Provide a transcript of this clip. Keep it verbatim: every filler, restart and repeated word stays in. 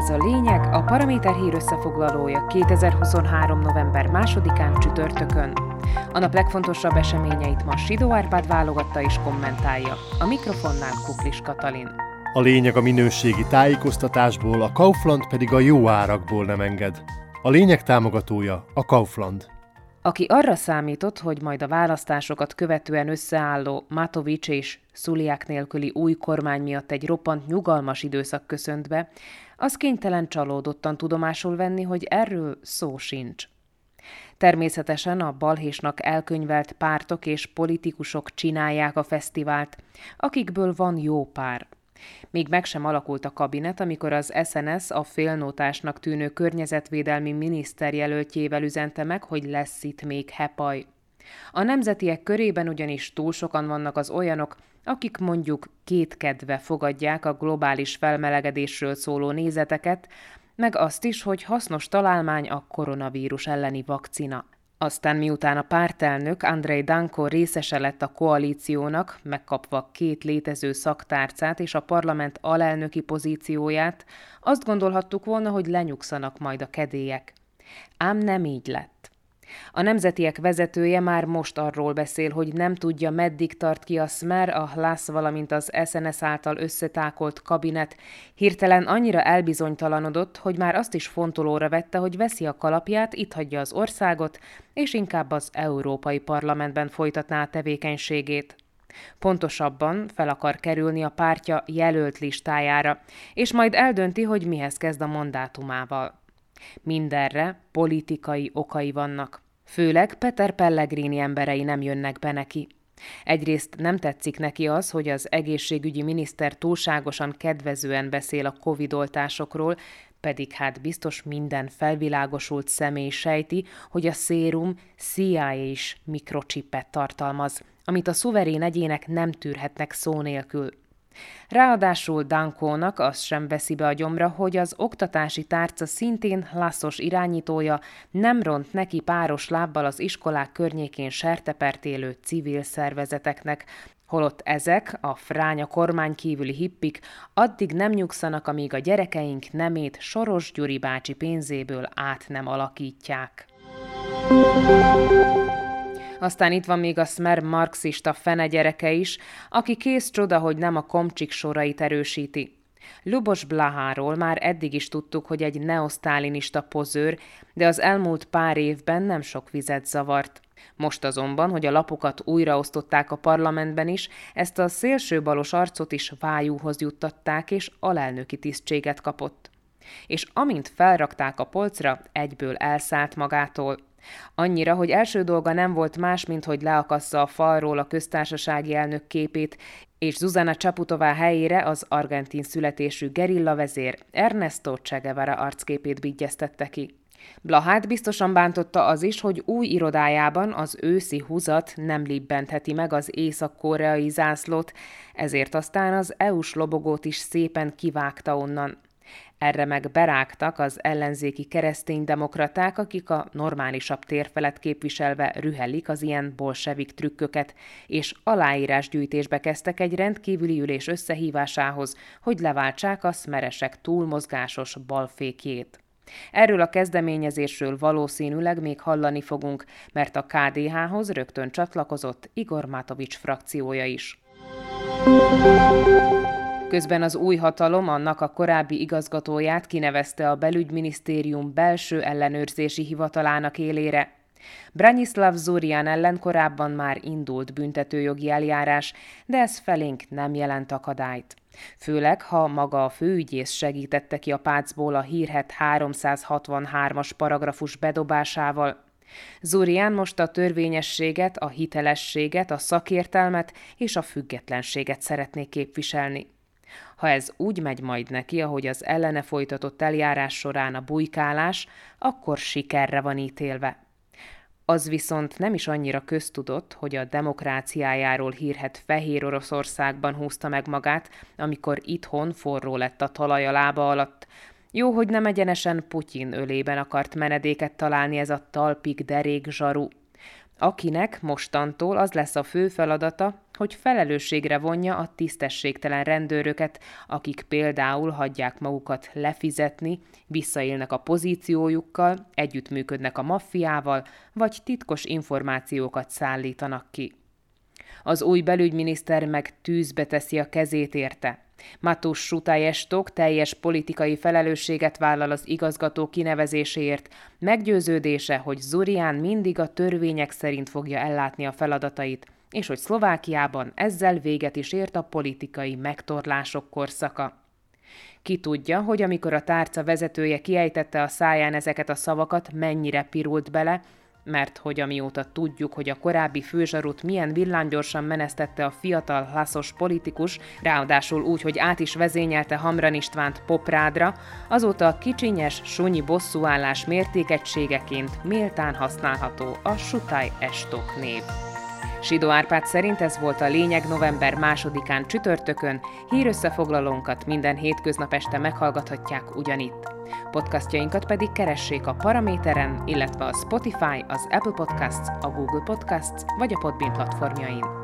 Ez a lényeg, a Paraméter hír összefoglalója kétezer-huszonhárom. november másodikán csütörtökön. A nap legfontosabb eseményeit ma Sidó Árpád válogatta és kommentálja. A mikrofonnál Kuklis Katalin. A lényeg a minőségi tájékoztatásból, a Kaufland pedig a jó árakból nem enged. A lényeg támogatója a Kaufland. Aki arra számított, hogy majd a választásokat követően összeálló Matovics és Szulják nélküli új kormány miatt egy roppant nyugalmas időszak köszönt be, az kénytelen csalódottan tudomásul venni, hogy erről szó sincs. Természetesen a balhésnak elkönyvelt pártok és politikusok csinálják a fesztivált, akikből van jó pár. Még meg sem alakult a kabinet, amikor az es en es a félnótásnak tűnő környezetvédelmi miniszter jelöltjével üzente meg, hogy lesz itt még hepaj. A nemzetiek körében ugyanis túl sokan vannak az olyanok, akik mondjuk kétkedve fogadják a globális felmelegedésről szóló nézeteket, meg azt is, hogy hasznos találmány a koronavírus elleni vakcina. Aztán miután a pártelnök Andrej Danko részese lett a koalíciónak, megkapva két létező szaktárcát és a parlament alelnöki pozícióját, azt gondolhattuk volna, hogy lenyugszanak majd a kedélyek. Ám nem így lett. A nemzetiek vezetője már most arról beszél, hogy nem tudja, meddig tart ki a Smer, a Hlas, valamint az es en es által összetákolt kabinet. Hirtelen annyira elbizonytalanodott, hogy már azt is fontolóra vette, hogy veszi a kalapját, itt hagyja az országot, és inkább az Európai Parlamentben folytatná a tevékenységét. Pontosabban fel akar kerülni a pártja jelölt listájára, és majd eldönti, hogy mihez kezd a mandátumával. Mindenre politikai okai vannak. Főleg Peter Pellegrini emberei nem jönnek be neki. Egyrészt nem tetszik neki az, hogy az egészségügyi miniszter túlságosan kedvezően beszél a Covid-oltásokról, pedig hát biztos minden felvilágosult személy sejti, hogy a szérum C I A-s mikrocsipet tartalmaz, amit a szuverén egyének nem tűrhetnek szó nélkül. Ráadásul Dankónak az sem veszi be a gyomra, hogy az oktatási tárca szintén Hlaszos irányítója nem ront neki páros lábbal az iskolák környékén sertepert élő civil szervezeteknek, holott ezek, a fránya kormány kívüli hippik, addig nem nyugszanak, amíg a gyerekeink nemét Soros Gyuri bácsi pénzéből át nem alakítják. Aztán itt van még a Smer marxista fene gyereke is, aki kész csoda, hogy nem a komcsik sorait erősíti. Lubos Blaháról már eddig is tudtuk, hogy egy neosztálinista pozőr, de az elmúlt pár évben nem sok vizet zavart. Most azonban, hogy a lapokat újraosztották a parlamentben is, ezt a szélsőbalos arcot is vájúhoz juttatták, és alelnöki tisztséget kapott. És amint felrakták a polcra, egyből elszállt magától. Annyira, hogy első dolga nem volt más, mint hogy leakassza a falról a köztársasági elnök képét, és Zuzana Csaputová helyére az argentin születésű gerillavezér Ernesto Che Guevara arcképét vigyeztette ki. Blahát biztosan bántotta az is, hogy új irodájában az őszi húzat nem libbentheti meg az észak-koreai zászlót, ezért aztán az é u-s lobogót is szépen kivágta onnan. Erre meg berágtak az ellenzéki kereszténydemokraták, akik a normálisabb térfelet képviselve rühellik az ilyen bolsevik trükköket, és aláírásgyűjtésbe kezdtek egy rendkívüli ülés összehívásához, hogy leváltsák a szmeresek túlmozgásos balfékjét. Erről a kezdeményezésről valószínűleg még hallani fogunk, mert a ká dé há-hoz rögtön csatlakozott Igor Matovics frakciója is. Közben az új hatalom annak a korábbi igazgatóját kinevezte a belügyminisztérium belső ellenőrzési hivatalának élére. Branislav Zurian ellen korábban már indult büntetőjogi eljárás, de ez felénk nem jelent akadályt. Főleg, ha maga a főügyész segítette ki a pácból a hírhedt háromszázhatvanhármas paragrafus bedobásával. Zurian most a törvényességet, a hitelességet, a szakértelmet és a függetlenséget szeretné képviselni. Ha ez úgy megy majd neki, ahogy az ellene folytatott eljárás során a bujkálás, akkor sikerre van ítélve. Az viszont nem is annyira köztudott, hogy a demokráciájáról hírhedt Fehér Oroszországban húzta meg magát, amikor itthon forró lett a talaj a lába alatt. Jó, hogy nem egyenesen Putyin ölében akart menedéket találni ez a talpig derék zsaru. akinek mostantól az lesz a fő feladata, hogy felelősségre vonja a tisztességtelen rendőröket, akik például hagyják magukat lefizetni, visszaélnek a pozíciójukkal, együttműködnek a maffiával, vagy titkos információkat szállítanak ki. Az új belügyminiszter meg tűzbe teszi a kezét érte. Mateusz Sutai-Estok teljes politikai felelősséget vállal az igazgató kinevezéséért, meggyőződése, hogy Zurian mindig a törvények szerint fogja ellátni a feladatait, és hogy Szlovákiában ezzel véget is ért a politikai megtorlások korszaka. Ki tudja, hogy amikor a tárca vezetője kiejtette a száján ezeket a szavakat, mennyire pirult bele, mert hogy amióta tudjuk, hogy a korábbi főzsarut milyen villámgyorsan menesztette a fiatal hlaszos politikus, ráadásul úgy, hogy át is vezényelte Hamran Istvánt Poprádra, azóta a kicsinyes, sunyi bosszúállás mértékegységeként méltán használható a Sutai-Estok név. Sidó Árpád szerint ez volt a lényeg november másodikán csütörtökön, hírösszefoglalónkat minden hétköznap este meghallgathatják ugyanitt. Podcastjainkat pedig keressék a Paraméteren, illetve a Spotify, az Apple Podcasts, a Google Podcasts vagy a Podbean platformjain.